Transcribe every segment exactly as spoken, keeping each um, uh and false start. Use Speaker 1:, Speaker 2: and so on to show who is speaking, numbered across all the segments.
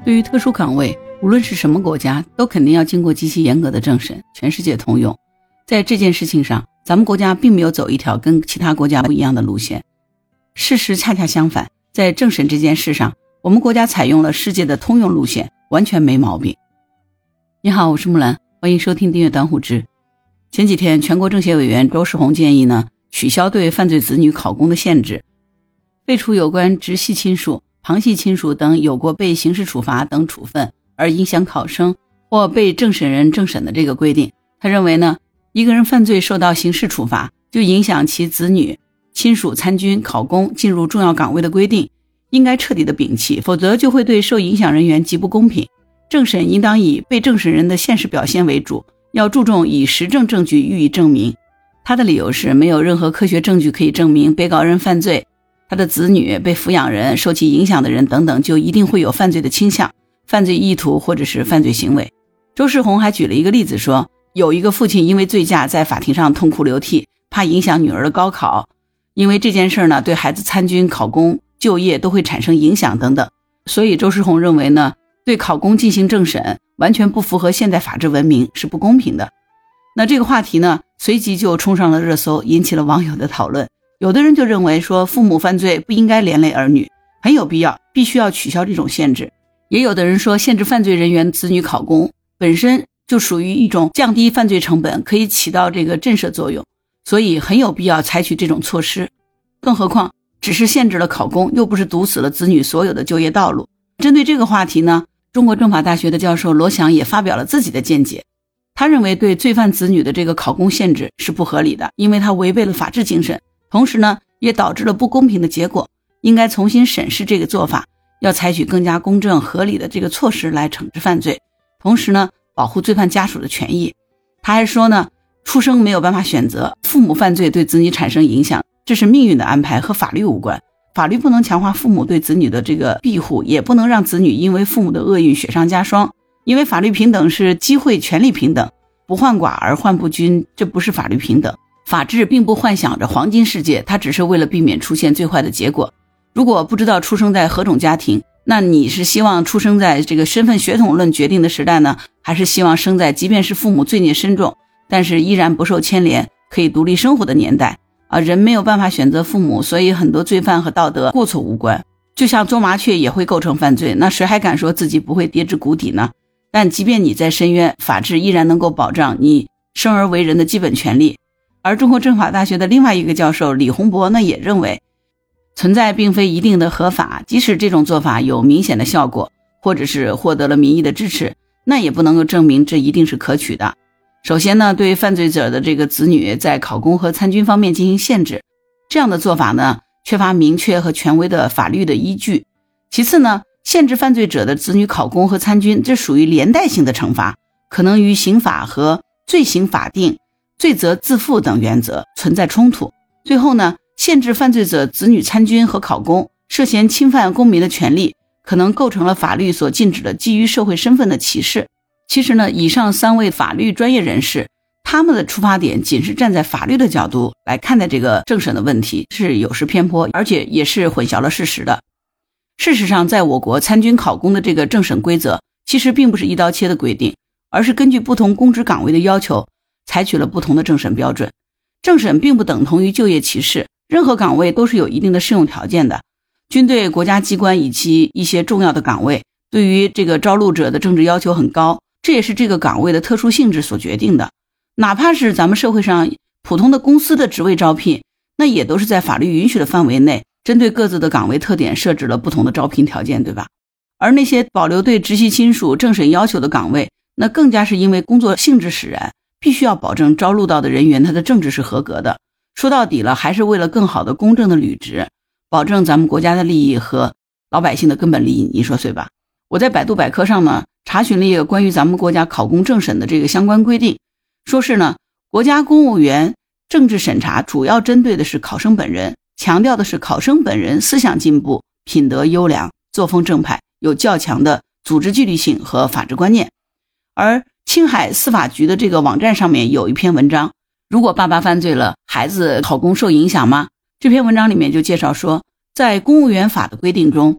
Speaker 1: 对于特殊岗位，无论是什么国家，都肯定要经过极其严格的政审，全世界通用。在这件事情上，咱们国家并没有走一条跟其他国家不一样的路线。事实恰恰相反，在政审这件事上，我们国家采用了世界的通用路线，完全没毛病。你好，我是木兰，欢迎收听订阅当户知。前几天，全国政协委员周世宏建议呢，取消对犯罪子女考公的限制，废除有关直系亲属、旁系亲属等有过被刑事处罚等处分而影响考生或被政审人政审的这个规定。他认为呢，一个人犯罪受到刑事处罚，就影响其子女、亲属参军、考公、进入重要岗位的规定，应该彻底的摒弃，否则就会对受影响人员极不公平。政审应当以被政审人的现实表现为主，要注重以实证证据予以证明。他的理由是，没有任何科学证据可以证明被告人犯罪，他的子女、被抚养人、受其影响的人等等，就一定会有犯罪的倾向、犯罪意图或者是犯罪行为。周世宏还举了一个例子说，有一个父亲因为醉驾在法庭上痛哭流涕，怕影响女儿的高考，因为这件事呢，对孩子参军、考公、就业都会产生影响等等。所以周世宏认为呢，对考公进行政审完全不符合现代法治文明，是不公平的。那这个话题呢，随即就冲上了热搜，引起了网友的讨论。有的人就认为说，父母犯罪不应该连累儿女，很有必要，必须要取消这种限制。也有的人说，限制犯罪人员子女考公本身就属于一种降低犯罪成本，可以起到这个震慑作用，所以很有必要采取这种措施。更何况只是限制了考公，又不是堵死了子女所有的就业道路。针对这个话题呢，中国政法大学的教授罗翔也发表了自己的见解。他认为对罪犯子女的这个考公限制是不合理的，因为它违背了法治精神，同时呢也导致了不公平的结果，应该重新审视这个做法，要采取更加公正合理的这个措施来惩治犯罪，同时呢保护罪犯家属的权益。他还说呢，出生没有办法选择，父母犯罪对子女产生影响，这是命运的安排，和法律无关。法律不能强化父母对子女的这个庇护，也不能让子女因为父母的厄运雪上加霜。因为法律平等是机会权利平等，不患寡而患不均，这不是法律平等。法治并不幻想着黄金世界，它只是为了避免出现最坏的结果。如果不知道出生在何种家庭，那你是希望出生在这个身份血统论决定的时代呢，还是希望生在即便是父母罪孽深重，但是依然不受牵连，可以独立生活的年代啊？人没有办法选择父母，所以很多罪犯和道德过错无关。就像捉麻雀也会构成犯罪，那谁还敢说自己不会跌至谷底呢？但即便你在深渊，法治依然能够保障你生而为人的基本权利。而中国政法大学的另外一个教授李洪博呢，也认为存在并非一定的合法，即使这种做法有明显的效果，或者是获得了民意的支持，那也不能够证明这一定是可取的。首先呢，对犯罪者的这个子女在考公和参军方面进行限制，这样的做法呢，缺乏明确和权威的法律的依据。其次呢，限制犯罪者的子女考公和参军，这属于连带性的惩罚，可能与刑法和罪刑法定、罪责自负等原则存在冲突。最后呢，限制犯罪者子女参军和考公，涉嫌侵犯公民的权利，可能构成了法律所禁止的基于社会身份的歧视。其实呢，以上三位法律专业人士，他们的出发点仅是站在法律的角度来看待这个政审的问题，是有失偏颇，而且也是混淆了事实的。事实上，在我国参军考公的这个政审规则其实并不是一刀切的规定，而是根据不同公职岗位的要求采取了不同的政审标准。政审并不等同于就业歧视，任何岗位都是有一定的适用条件的。军队、国家机关以及一些重要的岗位对于这个招录者的政治要求很高，这也是这个岗位的特殊性质所决定的。哪怕是咱们社会上普通的公司的职位招聘，那也都是在法律允许的范围内，针对各自的岗位特点设置了不同的招聘条件，对吧？而那些保留对直系亲属政审要求的岗位，那更加是因为工作性质使然，必须要保证招录到的人员他的政治是合格的。说到底了，还是为了更好的公正的履职，保证咱们国家的利益和老百姓的根本利益，你说对吧？我在百度百科上呢查询了一个关于咱们国家考公政审的这个相关规定，说是呢，国家公务员政治审查主要针对的是考生本人，强调的是考生本人思想进步、品德优良、作风正派，有较强的组织纪律性和法治观念。而青海司法局的这个网站上面有一篇文章，如果爸爸犯罪了，孩子考公受影响吗？这篇文章里面就介绍说，在公务员法的规定中，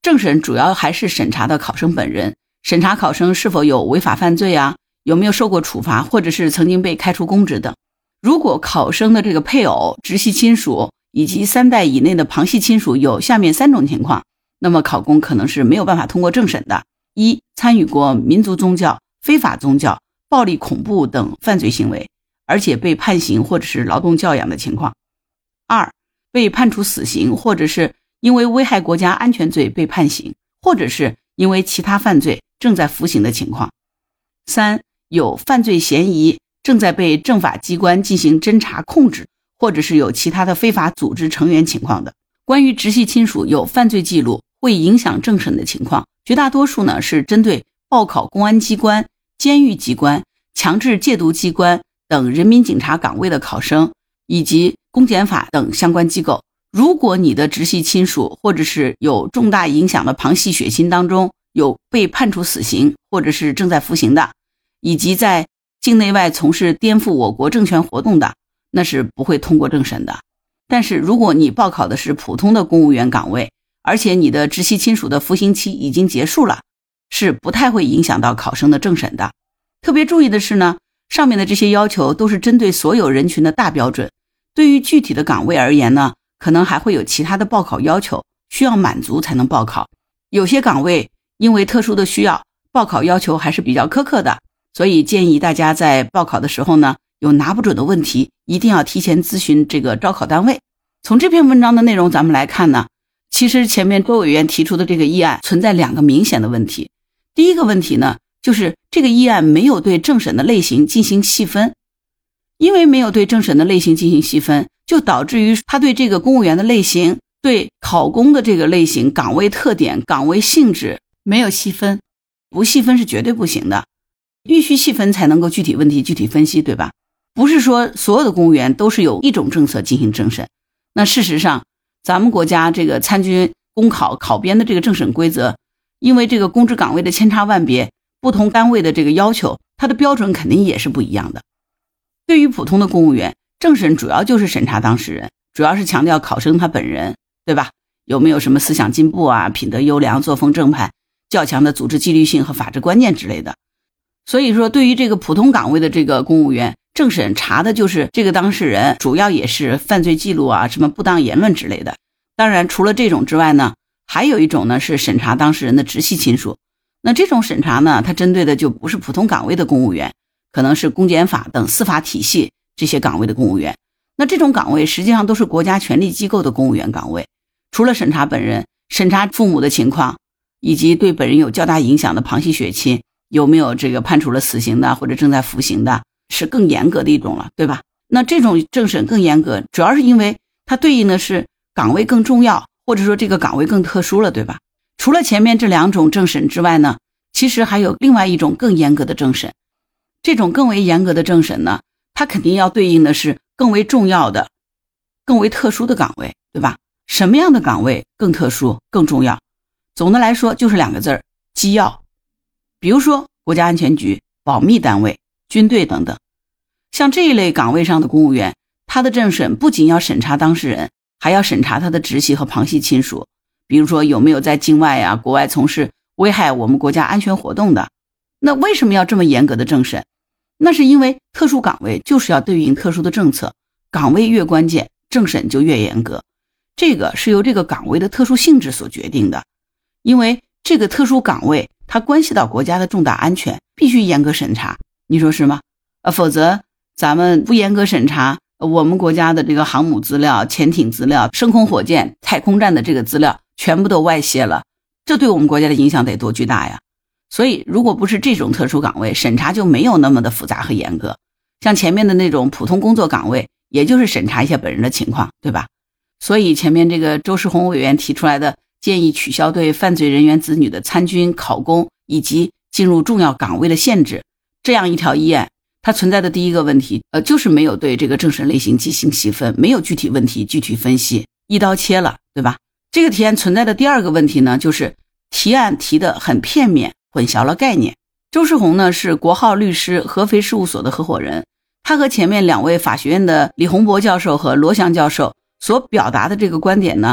Speaker 1: 政审主要还是审查的考生本人，审查考生是否有违法犯罪啊，有没有受过处罚，或者是曾经被开除公职等。如果考生的这个配偶、直系亲属以及三代以内的旁系亲属有下面三种情况，那么考公可能是没有办法通过政审的。一、参与过民族宗教、非法宗教、暴力恐怖等犯罪行为，而且被判刑或者是劳动教养的情况。二、被判处死刑，或者是因为危害国家安全罪被判刑，或者是因为其他犯罪正在服刑的情况。三、有犯罪嫌疑，正在被政法机关进行侦查控制，或者是有其他的非法组织成员情况的。关于直系亲属有犯罪记录会影响政审的情况，绝大多数呢是针对报考公安机关、监狱机关、强制戒毒机关等人民警察岗位的考生，以及公检法等相关机构。如果你的直系亲属或者是有重大影响的旁系血亲当中有被判处死刑或者是正在服刑的，以及在境内外从事颠覆我国政权活动的，那是不会通过政审的。但是如果你报考的是普通的公务员岗位，而且你的直系亲属的服刑期已经结束了，是不太会影响到考生的政审的。特别注意的是呢，上面的这些要求都是针对所有人群的大标准，对于具体的岗位而言呢，可能还会有其他的报考要求需要满足才能报考。有些岗位因为特殊的需要，报考要求还是比较苛刻的，所以建议大家在报考的时候呢，有拿不准的问题，一定要提前咨询这个招考单位。从这篇文章的内容咱们来看呢，其实前面周委员提出的这个议案存在两个明显的问题。第一个问题呢，就是这个议案没有对政审的类型进行细分，因为没有对政审的类型进行细分，就导致于他对这个公务员的类型、对考公的这个类型、岗位特点、岗位性质没有细分，不细分是绝对不行的，必须细分才能够具体问题具体分析，对吧？不是说所有的公务员都是有一种政策进行政审。那事实上，咱们国家这个参军公考考编的这个政审规则，因为这个公职岗位的千差万别，不同单位的这个要求，它的标准肯定也是不一样的。对于普通的公务员，政审主要就是审查当事人，主要是强调考生他本人，对吧？有没有什么思想进步啊、品德优良、作风正派、较强的组织纪律性和法治观念之类的。所以说，对于这个普通岗位的这个公务员，政审查的就是这个当事人，主要也是犯罪记录啊、什么不当言论之类的。当然，除了这种之外呢，还有一种呢是审查当事人的直系亲属。那这种审查呢，它针对的就不是普通岗位的公务员，可能是公检法等司法体系这些岗位的公务员。那这种岗位实际上都是国家权力机构的公务员岗位，除了审查本人，审查父母的情况，以及对本人有较大影响的旁系血亲有没有这个判处了死刑的或者正在服刑的，是更严格的一种了，对吧？那这种政审更严格，主要是因为它对应的是岗位更重要，或者说这个岗位更特殊了，对吧？除了前面这两种政审之外呢，其实还有另外一种更严格的政审。这种更为严格的政审呢，它肯定要对应的是更为重要的、更为特殊的岗位，对吧？什么样的岗位更特殊、更重要？总的来说就是两个字儿：机要。比如说国家安全局、保密单位、军队等等。像这一类岗位上的公务员，他的政审不仅要审查当事人，还要审查他的直系和旁系亲属，比如说有没有在境外啊、国外从事危害我们国家安全活动的。那为什么要这么严格的政审？那是因为特殊岗位就是要对应特殊的政策，岗位越关键，政审就越严格。这个是由这个岗位的特殊性质所决定的，因为这个特殊岗位它关系到国家的重大安全，必须严格审查，你说是吗？呃，否则咱们不严格审查，我们国家的这个航母资料、潜艇资料、升空火箭、太空站的这个资料全部都外泄了，这对我们国家的影响得多巨大呀！所以如果不是这种特殊岗位，审查就没有那么的复杂和严格。像前面的那种普通工作岗位，也就是审查一下本人的情况，对吧？所以前面这个周世宏委员提出来的建议取消对犯罪人员子女的参军、考公以及进入重要岗位的限制，这样一条议案，它存在的第一个问题，呃，就是没有对这个政审类型进行细分，没有具体问题具体分析，一刀切了，对吧？这个提案存在的第二个问题呢，就是提案提得很片面，混淆了概念。周世宏呢是国浩律师合肥事务所的合伙人，他和前面两位法学院的李洪博教授和罗翔教授所表达的这个观点呢，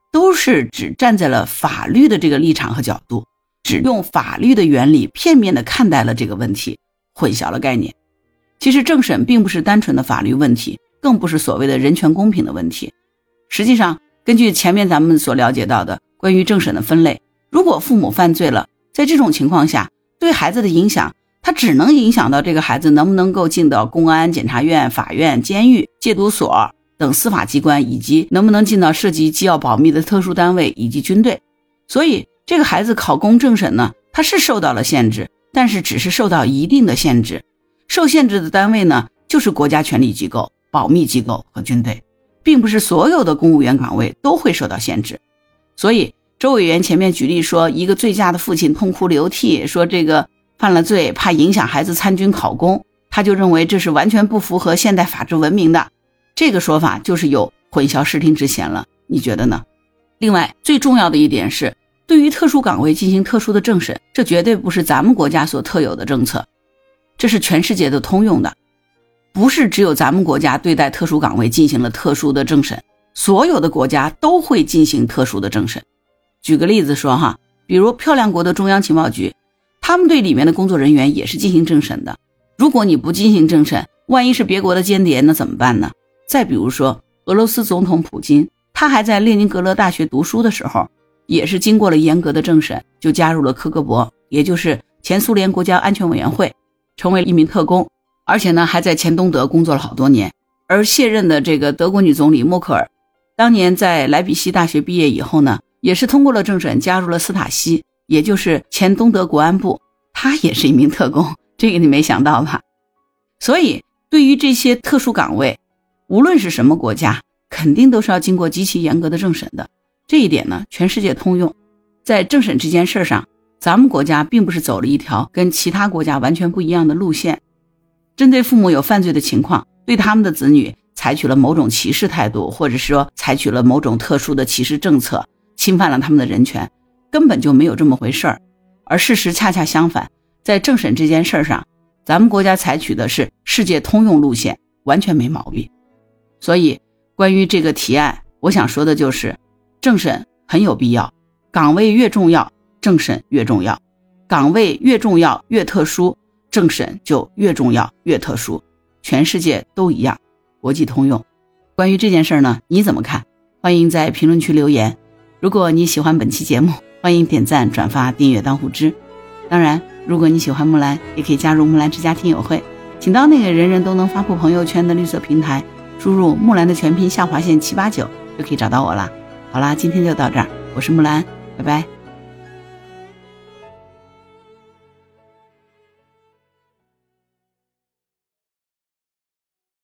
Speaker 1: 都是只站在了法律的这个立场和角度，只用法律的原理片面地看待了这个问题，混淆了概念。其实政审并不是单纯的法律问题，更不是所谓的人权公平的问题。实际上，根据前面咱们所了解到的关于政审的分类，如果父母犯罪了，在这种情况下，对孩子的影响，它只能影响到这个孩子能不能够进到公安、检察院、法院、监狱、戒毒所等司法机关，以及能不能进到涉及机要保密的特殊单位以及军队。所以这个孩子考公政审呢，他是受到了限制，但是只是受到一定的限制。受限制的单位呢，就是国家权力机构、保密机构和军队，并不是所有的公务员岗位都会受到限制。所以周委员前面举例说，一个醉驾的父亲痛哭流涕，说这个犯了罪，怕影响孩子参军考公，他就认为这是完全不符合现代法治文明的。这个说法就是有混淆视听之嫌了，你觉得呢？另外，最重要的一点是，对于特殊岗位进行特殊的政审，这绝对不是咱们国家所特有的政策，这是全世界都通用的。不是只有咱们国家对待特殊岗位进行了特殊的政审，所有的国家都会进行特殊的政审。举个例子说哈，比如漂亮国的中央情报局，他们对里面的工作人员也是进行政审的。如果你不进行政审，万一是别国的间谍，那怎么办呢？再比如说俄罗斯总统普京，他还在列宁格勒大学读书的时候，也是经过了严格的政审，就加入了科格勃，也就是前苏联国家安全委员会，成为一名特工，而且呢还在前东德工作了好多年。而卸任的这个德国女总理默克尔，当年在莱比锡大学毕业以后呢，也是通过了政审加入了斯塔西，也就是前东德国安部，他也是一名特工，这个你没想到吧？所以对于这些特殊岗位，无论是什么国家，肯定都是要经过极其严格的政审的。这一点呢，全世界通用。在政审这件事上，咱们国家并不是走了一条跟其他国家完全不一样的路线。针对父母有犯罪的情况，对他们的子女采取了某种歧视态度，或者说采取了某种特殊的歧视政策，侵犯了他们的人权，根本就没有这么回事儿。而事实恰恰相反，在政审这件事上，咱们国家采取的是世界通用路线，完全没毛病。所以关于这个提案，我想说的就是政审很有必要，岗位越重要，政审越重要，岗位越重要越特殊，政审就越重要越特殊，全世界都一样，国际通用。关于这件事呢，你怎么看？欢迎在评论区留言。如果你喜欢本期节目，欢迎点赞、转发、订阅当户知。当然，如果你喜欢木兰，也可以加入木兰之家听友会，请到那个人人都能发布朋友圈的绿色平台，输入木兰的全拼下划线七八九就可以找到我啦。好啦，今天就到这儿，我是木兰，拜拜。